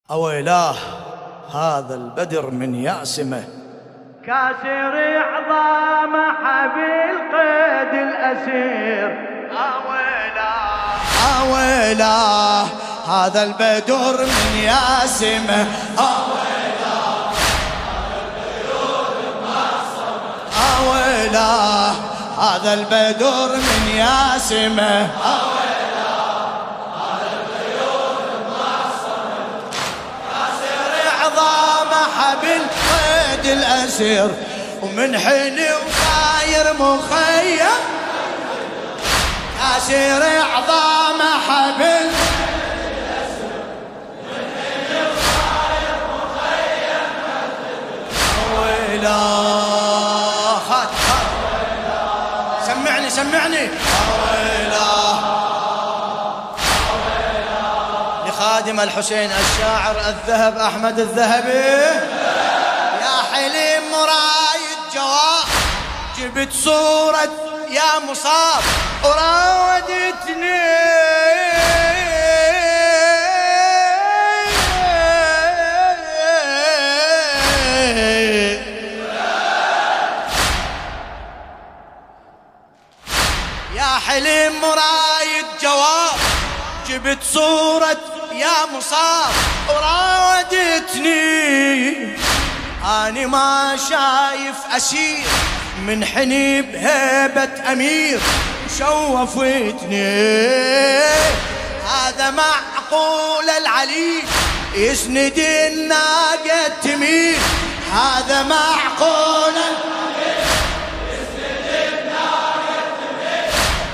أويلاه هذا البدر من ياسمه، كاسر عظام حبيل قيد الأسير. أويلاه أويلاه هذا البدر من ياسمه، أويلاه هذا البدر أويلاه هذا البدر من ياسمه، بالقيد الأسير ومن حين وصاير مخيم، كاسر عظام حبل من حين وصاير مخيم. أويلاه سمعني سمعني. أويلاه لخادم الحسين الشاعر الذهب أحمد الذهبي، حليم مرايد جواب جبت صورة يا مصاب وراودتني، يا حليم مرايد جواب جبت صورة يا مصاب وراودتني، أنا ما شايف أسير من حني بهيبة أمير شوفتني، هذا معقول العلي يسند الناقة تميل، هذا معقول يسند الناقة تميل.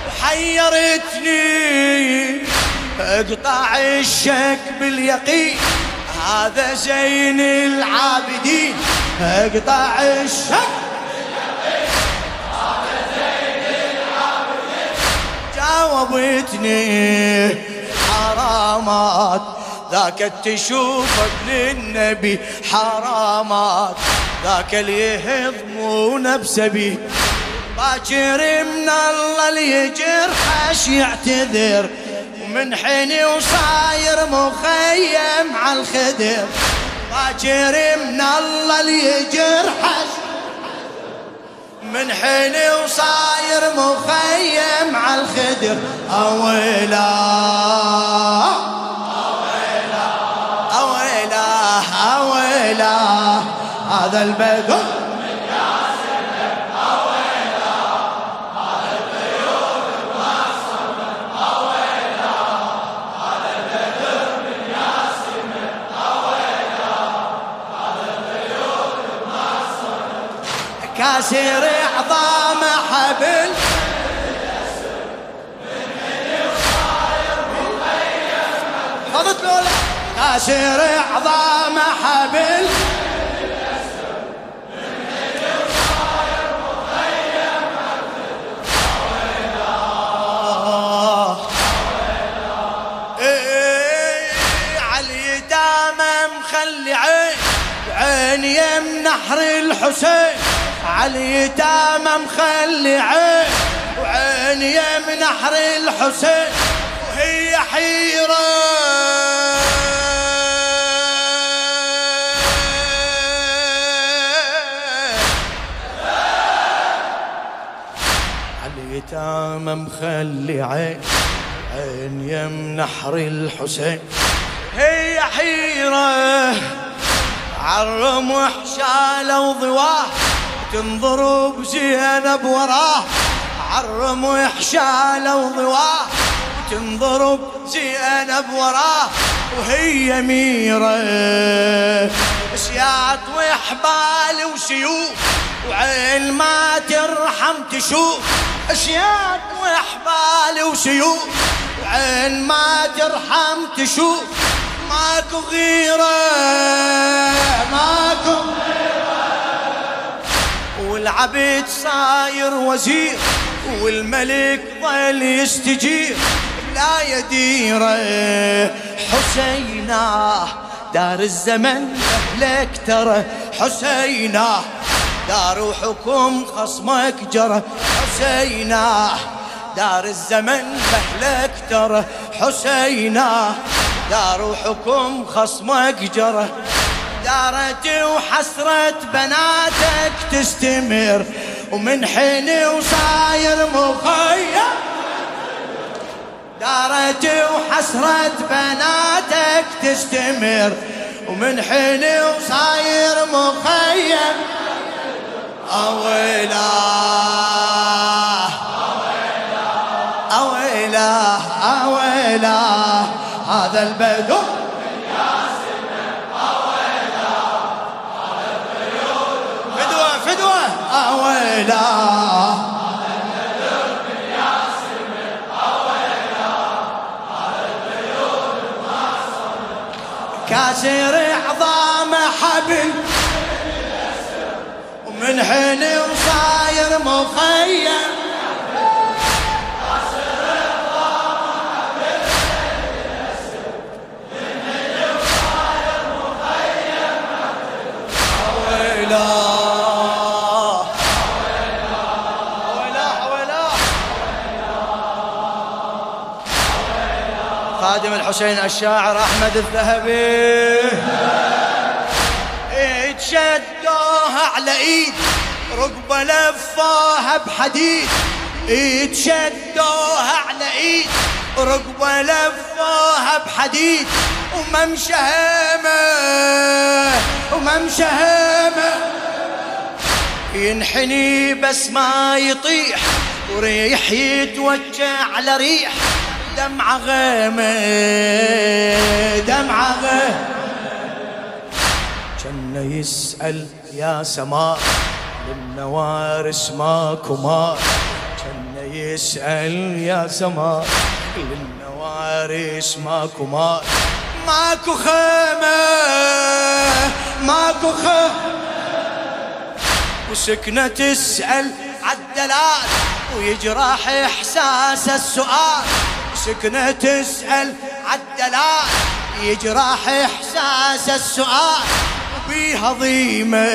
حيرتني اقطع الشك باليقين، هذا زين العابدين اقطع الشك باليقين، هذا زين العابدين. جاوبتني حرامات ذاك تشوف ابن النبي، حرامات ذاك اللي يهضمون بسبي، باكر من الله اللي يجرحش يعتذر، من حين وصاير مخيم على الخدر، باكر من الله اللي يجرحش، من حين وصاير مخيم على الخدر. أويلاه أويلاه أويلاه أويلاه هذا البدر كاسر عظام حبل من حين وصاير مخيم، خذت لولا كاسر عظام حبل من حين وصاير مخيم. أويلاه على اليتامى مخلي عين يم نحر الحسين، على اليتامى مخلي عين وعين يم نحر الحسين، وهي حيرة على اليتامى مخلي عين يم نحر الحسين، هي حيرة عالرمح شالة وضواه تنظر بزينب وراه، عالرمح شالة وضواه تنظر بزينب وراه، وهي ميرة سياط وحبال وسيوف وعين ما ترحم تشوف، سياط وحبال وسيوف وعين ما ترحم تشوف، ماكو غيرة ماكو غيرة، والعبد صاير وزير والملك ظل يستجير لا يديره. حسيناه دار الزمن أهلك ترى، حسيناه دار حكم خصمك جرى، حسيناه دار الزمن أهلك ترى، حسيناه دار حكم خصمك جرى، دارت وحسرة بناتك تستمر، ومن حين وصاير مخيم، دارت وحسرة بناتك تستمر، ومن حين وصاير مخيم. أويلاه أويلاه أويلاه هذا البدو فدوة فدوة. أويلاه كاسر عظام حبل، ومن حين وصاير مخيم، خادم الحسين الشاعر أحمد الذهبي. يتشدوها على ايد، رقبة لفوها بحديد، يتشدوها على ايد، رقبة لفوها بحديد، وممشى هيمة وممشى هيمة، ينحني بس ما يطيح، وريح يتوجه على ريح، دمعة غيمة دمعة غيمة. كان يسأل يا سماء للنوارس ماكو ماء، كان يسأل يا سماء للنوارس ماكو ماء، ماكو خيمة ماكو خيمة، وسكنة تسأل عالدلال ويجرح إحساس السؤال، سكنة تسأل عالدلال يجرح إحساس السؤال، وبيها ضيمة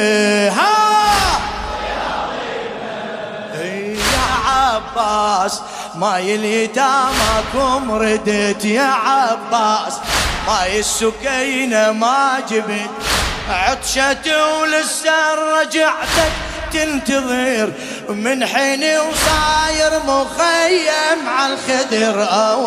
يا عباس ماي اليتاماكم ردت، يا عباس ماي السكينة ما جبت، عطشت ولسه رجعتك تنتظر، من حين وصاير مخيم عالخدر.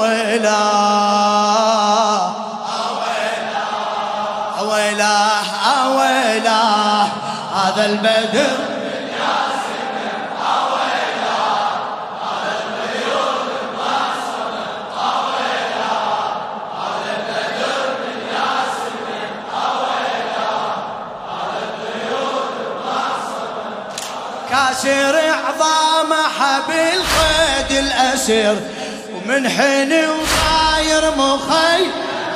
أويلاه أويلاه أويلاه أويلاه هذا البدر من ياسمين، أويلاه هذا البيوت المعصمة، أويلاه هذا البدر من ياسمين، أويلاه هذا البيوت المعصمة، كاسر عظام حبل قيد الأسر، ومن حين وصاير مخيم،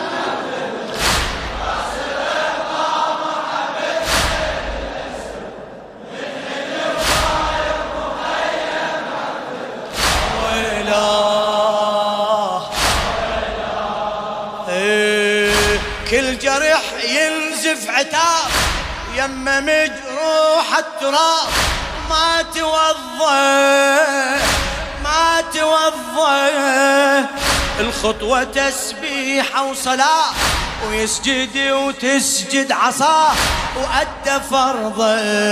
كل جرح ينزف عتاب، يمه مجروح التراب، ما توضى ما توضى، الخطوة تسبيحة وصلاة، ويسجد وتسجد عصاه، وأدى فرضه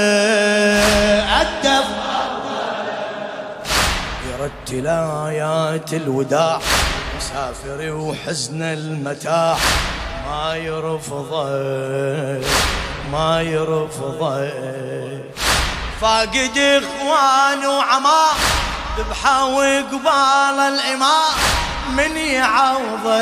أدى فرضه، يرتل آيات الوداع، مسافر وحزن المتاع، ما يرفضه ما يرفضه، فاقد اخوان وعمام، ذبحه وقبال الامام، من يعوضه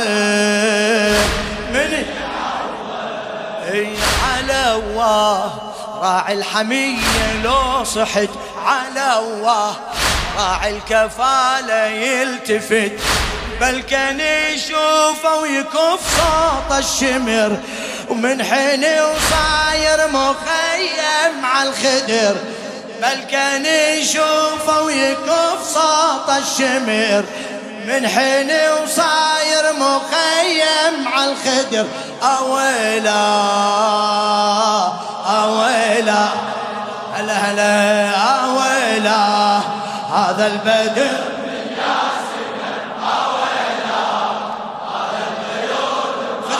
من يعوضه. على الله راعي الحمية لو صحت، على الله راعي الكفالة يلتفت، بل كان يشوفه ويكف صوت الشمر، ومن حين وصاير مخيم عالخدر، بل كان يشوفه ويكف صوت الشمر، من حين وصاير مخيم عالخدر. أويلا أويلا هلا هلا أويلا هذا البدر من ياسمين، أويلا هذا البيوت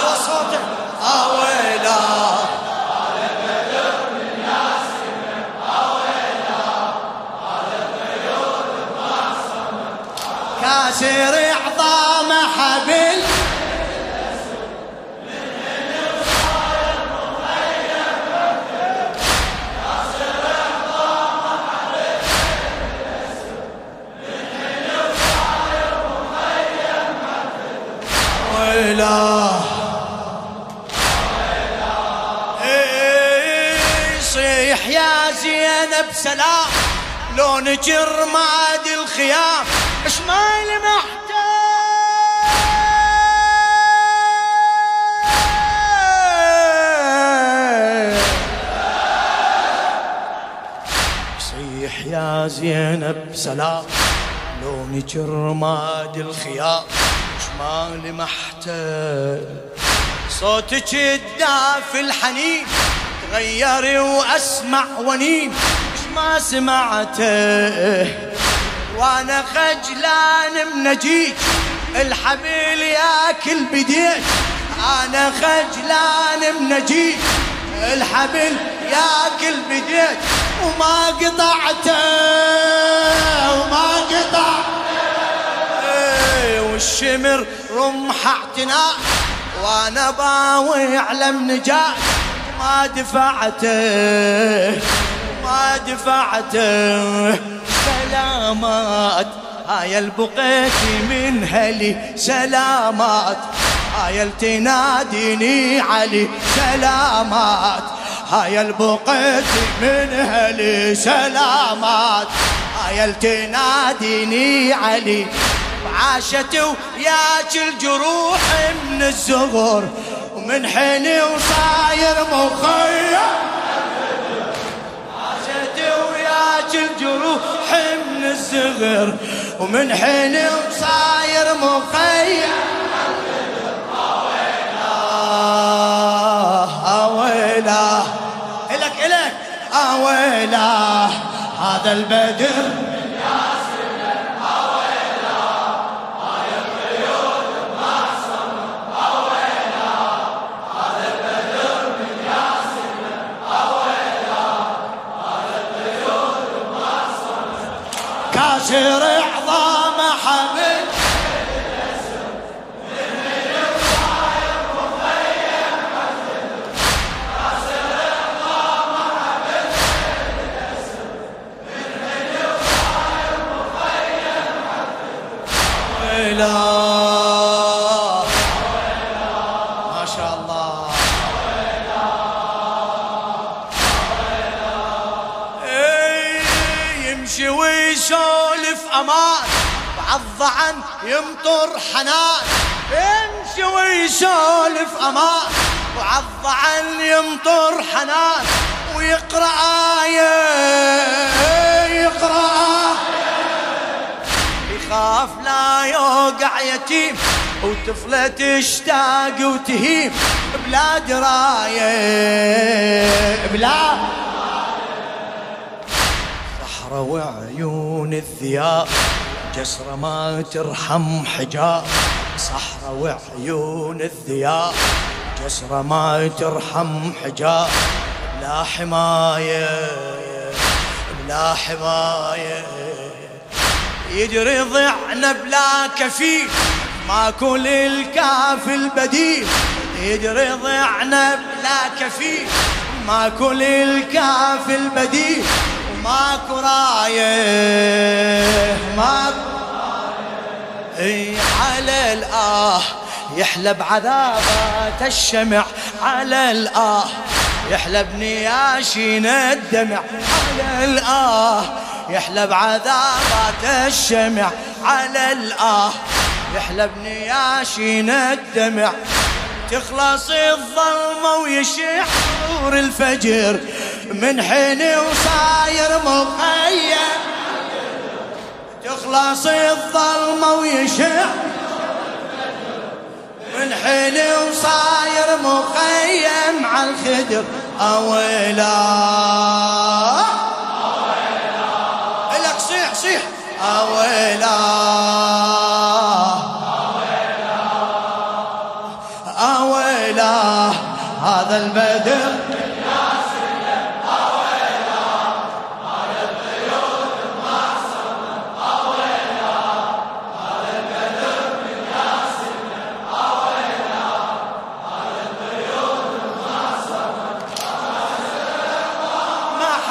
كاسر عظام حبل صيح يا زينب سلام لونك رماد الخيام شمال محتاج صيح يا زينب سلام لونك رماد الخيام شمال محتاج صوتك الدافي الحنين تغيري واسمع ونين مش ما سمعته وانا خجلان منجيك الحبل ياكل بديك انا خجلان منجيك الحبل ياكل بديك وما قطعته وما قطعته والشمر رمح اعتناء وانا باوي علم نجاة ما دفعته ما دفعته سلامات هاي البقيت من هلي سلامات هاي تناديني علي سلامات هاي البقيت من هلي سلامات هاي تناديني علي عاشت وياك الجروح من الزغر ومن حيني وصاير مخيم عاشت وياك الجروح من الزغر ومن حيني وصاير مخيم اويلا الك الك اويلا هذا البدر كاسر عظام حبل ما شاء الله يمشي ويسولف امان وعالضعن يمطر حنان يمشي ويسولف امان وعالضعن يمطر حنان ويقرأ آية يقرأ يخاف لا يوقع يتيم وطفلة تشتاق وتهيم بلا دراية بلا صحرا وعيون الثياب جسرة ما ترحم حجاب صحرا وعيون الثياب جسرة ما ترحم حجاب بلا حماية بلا حماية يجري ضعنا بلا كفيل ماكو للكافل بديل يجري ضعنا بلا كفيل ماكو للكافل بديل وماكو رايه ماكو رايه على الآه يحلب عذابات الشمع على الآه يحلب نياشين الدمع على الآه يحلب عذابات الشمع على الآه يحلب نياشين الدمع تخلص الظلمة ويشع نور الفجر من حين وصاير مخيم تخلص الظلمة ويشع من حين وصاير مخيم على الخدر أويلا إلك صيح صيح أويلا أويلا هذا البدر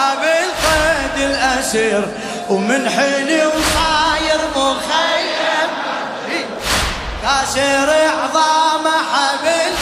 حبل قيد الأسير ومن حلي وصاير مخيم كاسر عظام حبل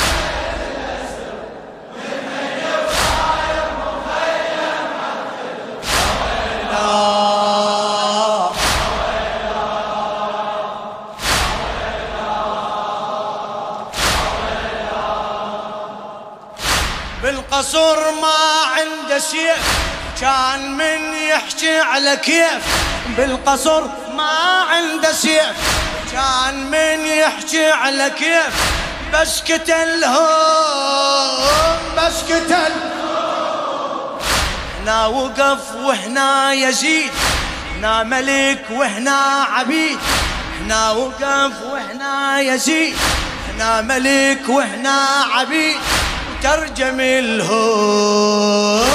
بالقصر ما عنده سيف كان من يحكي على كيف بالقصر ما عنده سيف كان من يحكي على كيف بس قتلهم بس قتل هنا وقف وهنا يزيد هنا ملك وهنا عبيد هنا وقف وهنا يزيد هنا ملك وهنا عبيد ترجم لهم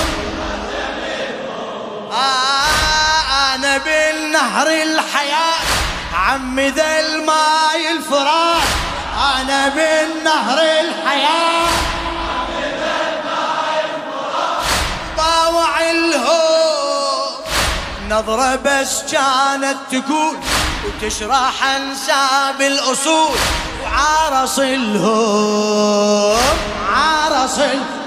أنا بالنهر الحياة عمي ذا الماي الفرات أنا بالنهر الحياة عمي ذا الماي الفرات طاوع لهم نظرة بس كانت تقول وتشرح أنساب الأصول وعارص لهم عارص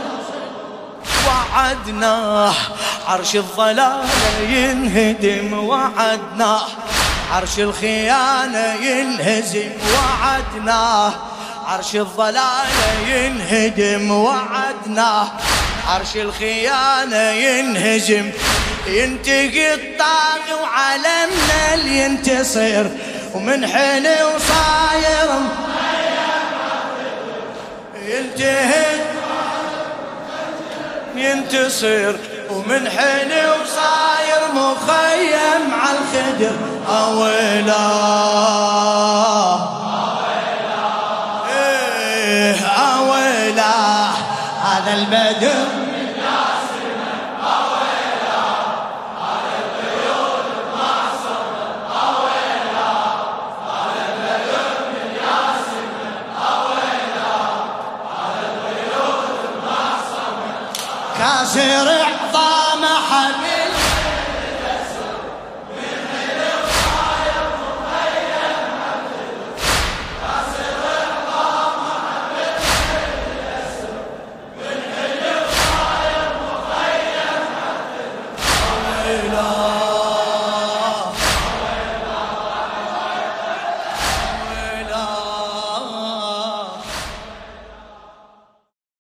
وعدناه عرش الضلال ينهدم وعدناه عرش الخيانة ينهزم وعدناه عرش الضلال ينهدم وعدناه عرش الخيانة ينهزم ينتقي الطاغي وعلمنا اللي ينتصر ومن حين وصاير ينتهي ينتصر ومن حين وصاير مخيم على الخدر أويلا هذا البدر كاسر عظام حبل من حلي وصاير مخيم كاسر عظام حبل من حلي وصاير مخيم